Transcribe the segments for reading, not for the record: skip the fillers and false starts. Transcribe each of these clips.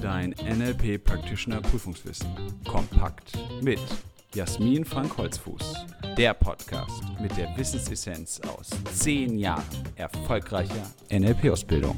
Dein NLP Practitioner Prüfungswissen. Kompakt mit Jasmin Frank-Holzfuß. Der Podcast mit der Wissensessenz aus 10 Jahren erfolgreicher NLP-Ausbildung.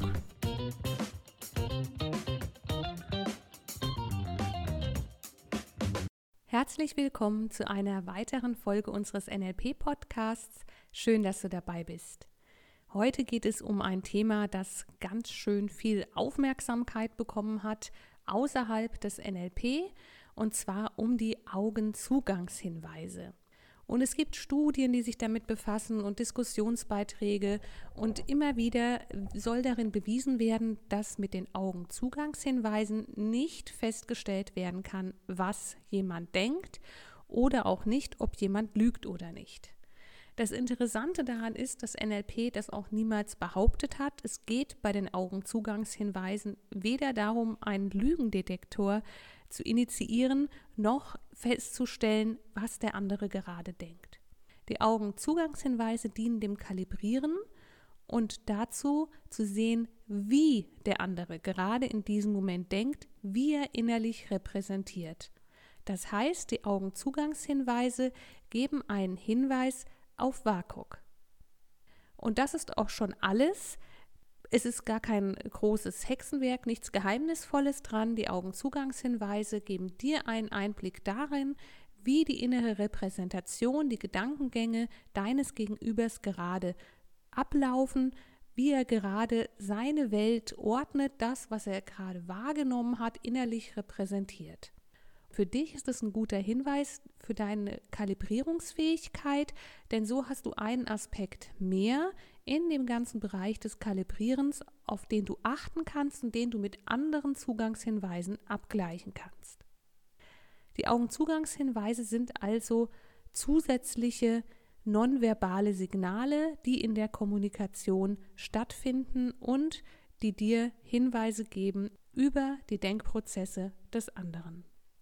Herzlich willkommen zu einer weiteren Folge unseres NLP-Podcasts. Schön, dass du dabei bist. Heute geht es um ein Thema, das ganz schön viel Aufmerksamkeit bekommen hat außerhalb des NLP, und zwar um die Augenzugangshinweise. Und es gibt Studien, die sich damit befassen und Diskussionsbeiträge, und immer wieder soll darin bewiesen werden, dass mit den Augenzugangshinweisen nicht festgestellt werden kann, was jemand denkt oder auch nicht, ob jemand lügt oder nicht. Das Interessante daran ist, dass NLP das auch niemals behauptet hat. Es geht bei den Augenzugangshinweisen weder darum, einen Lügendetektor zu initiieren, noch festzustellen, was der andere gerade denkt. Die Augenzugangshinweise dienen dem Kalibrieren und dazu zu sehen, wie der andere gerade in diesem Moment denkt, wie er innerlich repräsentiert. Das heißt, die Augenzugangshinweise geben einen Hinweis auf WAKOK. Und das ist auch schon alles. Es ist gar kein großes Hexenwerk, nichts Geheimnisvolles dran. Die Augenzugangshinweise geben dir einen Einblick darin, wie die innere Repräsentation, die Gedankengänge deines Gegenübers gerade ablaufen, wie er gerade seine Welt ordnet, das, was er gerade wahrgenommen hat, innerlich repräsentiert. Für dich ist es ein guter Hinweis für deine Kalibrierungsfähigkeit, denn so hast du einen Aspekt mehr in dem ganzen Bereich des Kalibrierens, auf den du achten kannst und den du mit anderen Zugangshinweisen abgleichen kannst. Die Augenzugangshinweise sind also zusätzliche nonverbale Signale, die in der Kommunikation stattfinden und die dir Hinweise geben über die Denkprozesse des anderen.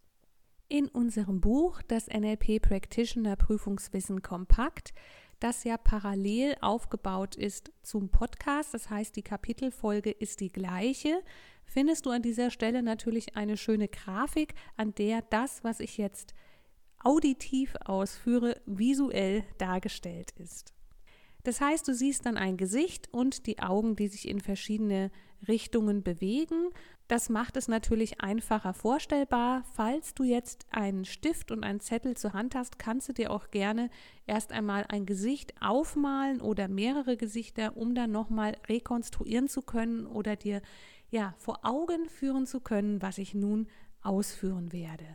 In unserem Buch, das NLP Practitioner Prüfungswissen Kompakt, das ja parallel aufgebaut ist zum Podcast, das heißt, die Kapitelfolge ist die gleiche, findest du an dieser Stelle natürlich eine schöne Grafik, an der das, was ich jetzt auditiv ausführe, visuell dargestellt ist. Das heißt, du siehst dann ein Gesicht und die Augen, die sich in verschiedene Richtungen bewegen. Das macht es natürlich einfacher vorstellbar. Falls du jetzt einen Stift und einen Zettel zur Hand hast, kannst du dir auch gerne erst einmal ein Gesicht aufmalen oder mehrere Gesichter, um dann nochmal rekonstruieren zu können oder dir vor Augen führen zu können, was ich nun ausführen werde.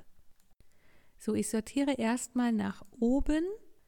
So, ich sortiere erstmal nach oben,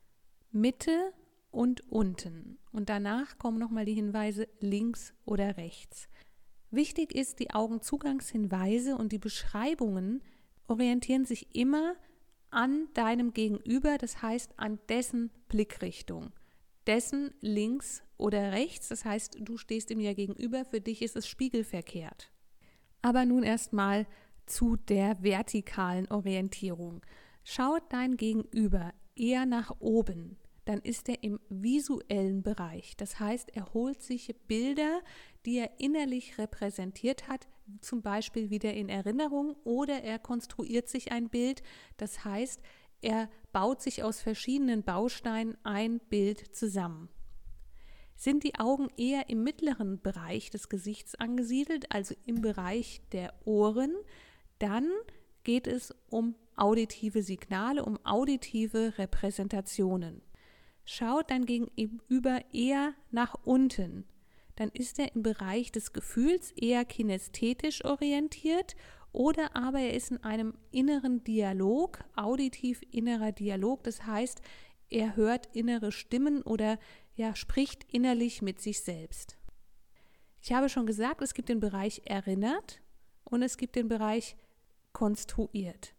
Mitte und unten. Und danach kommen nochmal die Hinweise links oder rechts. Wichtig ist, die Augenzugangshinweise und die Beschreibungen orientieren sich immer an deinem Gegenüber, das heißt an dessen Blickrichtung, dessen links oder rechts, das heißt, du stehst ihm ja gegenüber, für dich ist es spiegelverkehrt. Aber nun erstmal zu der vertikalen Orientierung. Schaut dein Gegenüber eher nach oben, dann ist er im visuellen Bereich. Das heißt, er holt sich Bilder, die er innerlich repräsentiert hat, zum Beispiel wieder in Erinnerung, oder er konstruiert sich ein Bild. Das heißt, er baut sich aus verschiedenen Bausteinen ein Bild zusammen. Sind die Augen eher im mittleren Bereich des Gesichts angesiedelt, also im Bereich der Ohren, dann geht es um auditive Signale, um auditive Repräsentationen. Schaut dein Gegenüber eher nach unten, dann ist er im Bereich des Gefühls eher kinästhetisch orientiert, oder aber er ist in einem inneren Dialog, auditiv innerer Dialog, das heißt, er hört innere Stimmen oder spricht innerlich mit sich selbst. Ich habe schon gesagt, es gibt den Bereich erinnert und es gibt den Bereich konstruiert.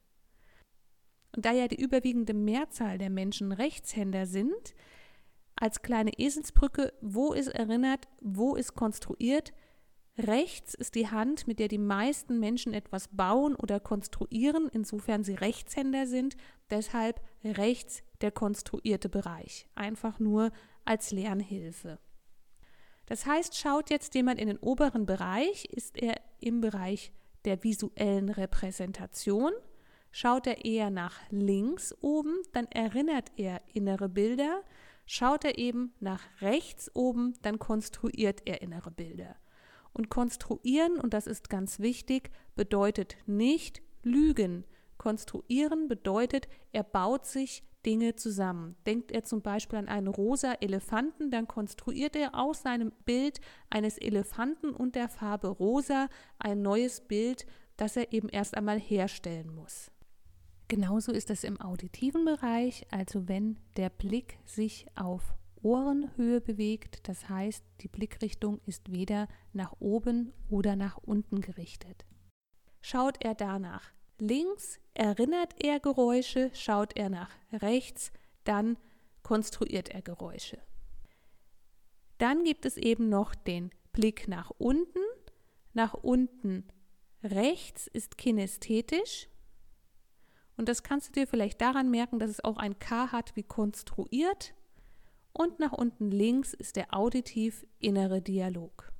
Und da ja die überwiegende Mehrzahl der Menschen Rechtshänder sind, als kleine Eselsbrücke, wo ist erinnert, wo ist konstruiert? Rechts ist die Hand, mit der die meisten Menschen etwas bauen oder konstruieren, insofern sie Rechtshänder sind, deshalb rechts der konstruierte Bereich, einfach nur als Lernhilfe. Das heißt, schaut jetzt jemand in den oberen Bereich, ist er im Bereich der visuellen Repräsentation. Schaut er eher nach links oben, dann erinnert er innere Bilder. Schaut er eben nach rechts oben, dann konstruiert er innere Bilder. Und konstruieren, und das ist ganz wichtig, bedeutet nicht lügen. Konstruieren bedeutet, er baut sich Dinge zusammen. Denkt er zum Beispiel an einen rosa Elefanten, dann konstruiert er aus seinem Bild eines Elefanten und der Farbe rosa ein neues Bild, das er eben erst einmal herstellen muss. Genauso ist es im auditiven Bereich, also wenn der Blick sich auf Ohrenhöhe bewegt, das heißt, die Blickrichtung ist weder nach oben oder nach unten gerichtet. Schaut er danach links, erinnert er Geräusche, schaut er nach rechts, dann konstruiert er Geräusche. Dann gibt es eben noch den Blick nach unten. Nach unten rechts ist kinästhetisch. Und das kannst du dir vielleicht daran merken, dass es auch ein K hat wie konstruiert. Und nach unten links ist der auditiv innere Dialog.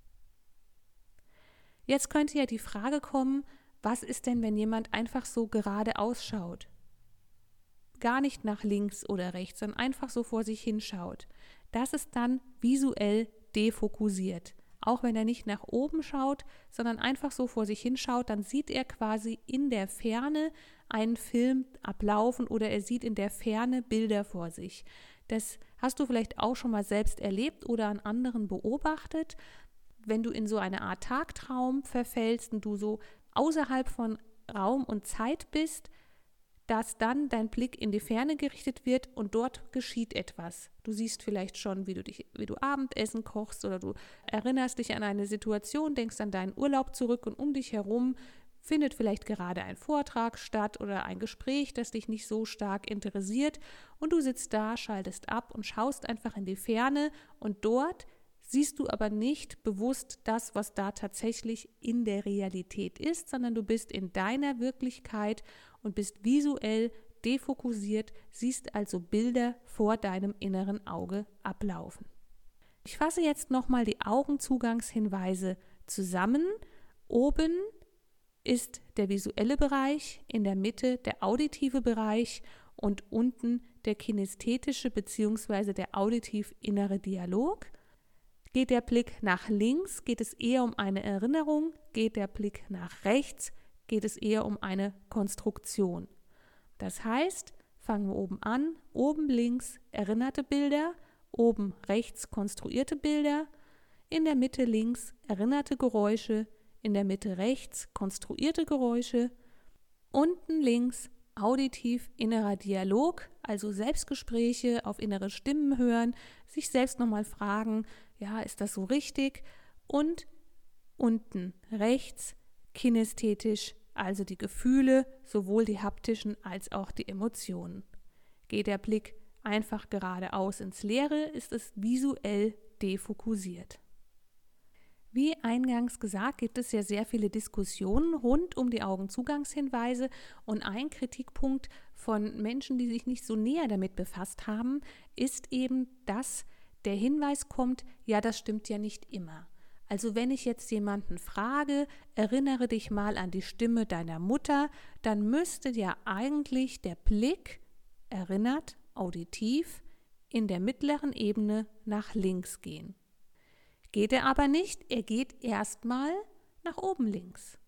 Jetzt könnte ja die Frage kommen, was ist denn, wenn jemand einfach so geradeaus schaut? Gar nicht nach links oder rechts, sondern einfach so vor sich hinschaut. Das ist dann visuell defokussiert. Auch wenn er nicht nach oben schaut, sondern einfach so vor sich hinschaut, dann sieht er quasi in der Ferne einen Film ablaufen oder er sieht in der Ferne Bilder vor sich. Das hast du vielleicht auch schon mal selbst erlebt oder an anderen beobachtet. Wenn du in so eine Art Tagtraum verfällst und du so außerhalb von Raum und Zeit bist, dass dann dein Blick in die Ferne gerichtet wird und dort geschieht etwas. Du siehst vielleicht schon, wie du Abendessen kochst oder du erinnerst dich an eine Situation, denkst an deinen Urlaub zurück und um dich herum findet vielleicht gerade ein Vortrag statt oder ein Gespräch, das dich nicht so stark interessiert und du sitzt da, schaltest ab und schaust einfach in die Ferne und dort siehst du aber nicht bewusst das, was da tatsächlich in der Realität ist, sondern du bist in deiner Wirklichkeit und bist visuell defokussiert, siehst also Bilder vor deinem inneren Auge ablaufen. Ich fasse jetzt nochmal die Augenzugangshinweise zusammen. Oben ist der visuelle Bereich, in der Mitte der auditive Bereich und unten der kinästhetische bzw. der auditiv innere Dialog. Geht der Blick nach links, geht es eher um eine Erinnerung, geht der Blick nach rechts, geht es eher um eine Konstruktion. Das heißt, fangen wir oben an, oben links erinnerte Bilder, oben rechts konstruierte Bilder, in der Mitte links erinnerte Geräusche, in der Mitte rechts konstruierte Geräusche, unten links auditiv innerer Dialog, also Selbstgespräche, auf innere Stimmen hören, sich selbst nochmal fragen, ja, ist das so richtig? Und unten rechts kinästhetisch, also die Gefühle, sowohl die haptischen als auch die Emotionen. Geht der Blick einfach geradeaus ins Leere, ist es visuell defokussiert. Wie eingangs gesagt, gibt es ja sehr viele Diskussionen rund um die Augenzugangshinweise und ein Kritikpunkt von Menschen, die sich nicht so näher damit befasst haben, ist eben, dass der Hinweis kommt, ja, das stimmt ja nicht immer. Also wenn ich jetzt jemanden frage, erinnere dich mal an die Stimme deiner Mutter, dann müsste ja eigentlich der Blick, erinnert, auditiv, in der mittleren Ebene nach links gehen. Geht er aber nicht, er geht erstmal nach oben links.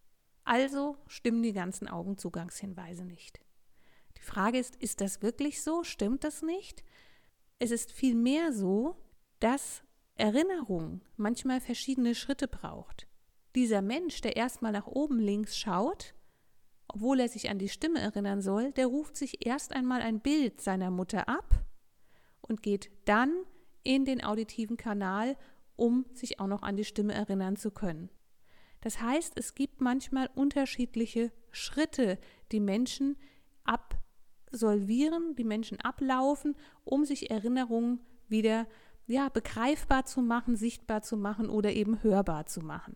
Also stimmen die ganzen Augenzugangshinweise nicht. Die Frage ist das wirklich so? Stimmt das nicht? Es ist vielmehr so, dass Erinnerung manchmal verschiedene Schritte braucht. Dieser Mensch, der erstmal nach oben links schaut, obwohl er sich an die Stimme erinnern soll, der ruft sich erst einmal ein Bild seiner Mutter ab und geht dann in den auditiven Kanal, um sich auch noch an die Stimme erinnern zu können. Das heißt, es gibt manchmal unterschiedliche Schritte, die Menschen absolvieren, die Menschen ablaufen, um sich Erinnerungen wieder begreifbar zu machen, sichtbar zu machen oder eben hörbar zu machen.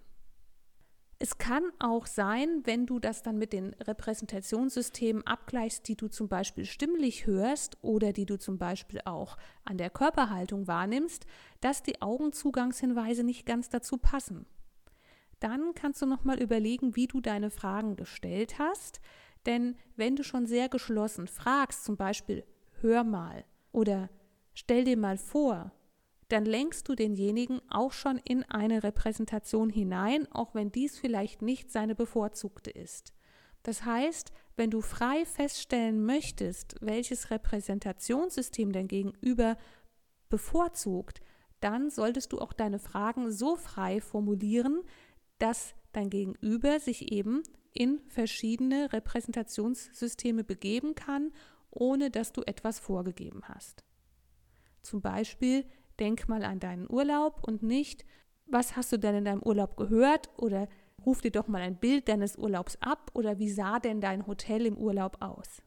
Es kann auch sein, wenn du das dann mit den Repräsentationssystemen abgleichst, die du zum Beispiel stimmlich hörst oder die du zum Beispiel auch an der Körperhaltung wahrnimmst, dass die Augenzugangshinweise nicht ganz dazu passen. Dann kannst du nochmal überlegen, wie du deine Fragen gestellt hast. Denn wenn du schon sehr geschlossen fragst, zum Beispiel, hör mal oder stell dir mal vor, dann lenkst du denjenigen auch schon in eine Repräsentation hinein, auch wenn dies vielleicht nicht seine bevorzugte ist. Das heißt, wenn du frei feststellen möchtest, welches Repräsentationssystem dein Gegenüber bevorzugt, dann solltest du auch deine Fragen so frei formulieren, dass dein Gegenüber sich eben in verschiedene Repräsentationssysteme begeben kann, ohne dass du etwas vorgegeben hast. Zum Beispiel, denk mal an deinen Urlaub und nicht, was hast du denn in deinem Urlaub gehört oder ruf dir doch mal ein Bild deines Urlaubs ab oder wie sah denn dein Hotel im Urlaub aus?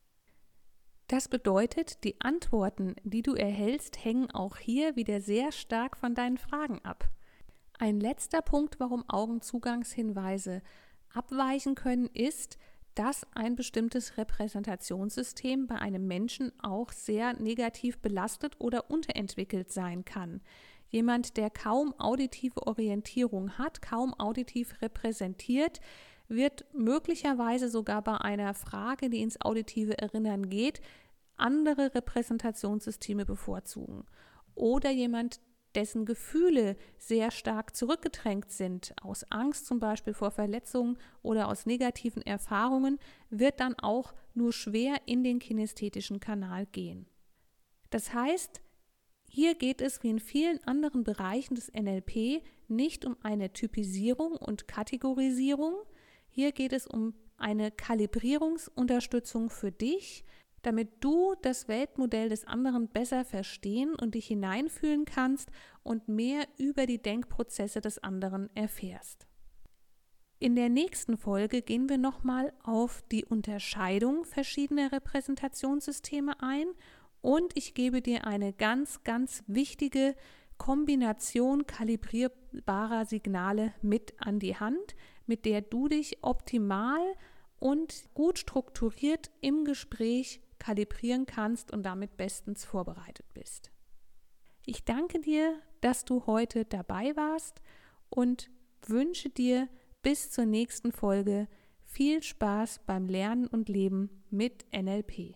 Das bedeutet, die Antworten, die du erhältst, hängen auch hier wieder sehr stark von deinen Fragen ab. Ein letzter Punkt, warum Augenzugangshinweise abweichen können, ist, dass ein bestimmtes Repräsentationssystem bei einem Menschen auch sehr negativ belastet oder unterentwickelt sein kann. Jemand, der kaum auditive Orientierung hat, kaum auditiv repräsentiert, wird möglicherweise sogar bei einer Frage, die ins auditive Erinnern geht, andere Repräsentationssysteme bevorzugen. Oder jemand, dessen Gefühle sehr stark zurückgedrängt sind, aus Angst zum Beispiel vor Verletzungen oder aus negativen Erfahrungen, wird dann auch nur schwer in den kinästhetischen Kanal gehen. Das heißt, hier geht es wie in vielen anderen Bereichen des NLP nicht um eine Typisierung und Kategorisierung. Hier geht es um eine Kalibrierungsunterstützung für dich, damit du das Weltmodell des anderen besser verstehen und dich hineinfühlen kannst und mehr über die Denkprozesse des anderen erfährst. In der nächsten Folge gehen wir nochmal auf die Unterscheidung verschiedener Repräsentationssysteme ein und ich gebe dir eine ganz, ganz wichtige Kombination kalibrierbarer Signale mit an die Hand, mit der du dich optimal und gut strukturiert im Gespräch kalibrieren kannst und damit bestens vorbereitet bist. Ich danke dir, dass du heute dabei warst und wünsche dir bis zur nächsten Folge viel Spaß beim Lernen und Leben mit NLP.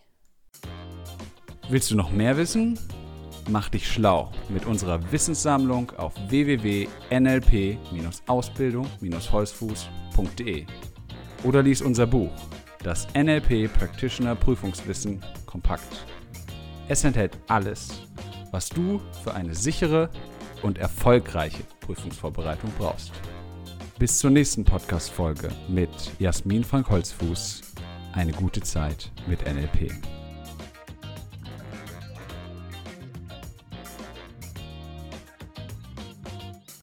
Willst du noch mehr wissen? Mach dich schlau mit unserer Wissenssammlung auf www.nlp-ausbildung-holzfuß.de oder lies unser Buch Das NLP Practitioner Prüfungswissen kompakt. Es enthält alles, was du für eine sichere und erfolgreiche Prüfungsvorbereitung brauchst. Bis zur nächsten Podcast-Folge mit Jasmin Frank-Holzfuß. Eine gute Zeit mit NLP.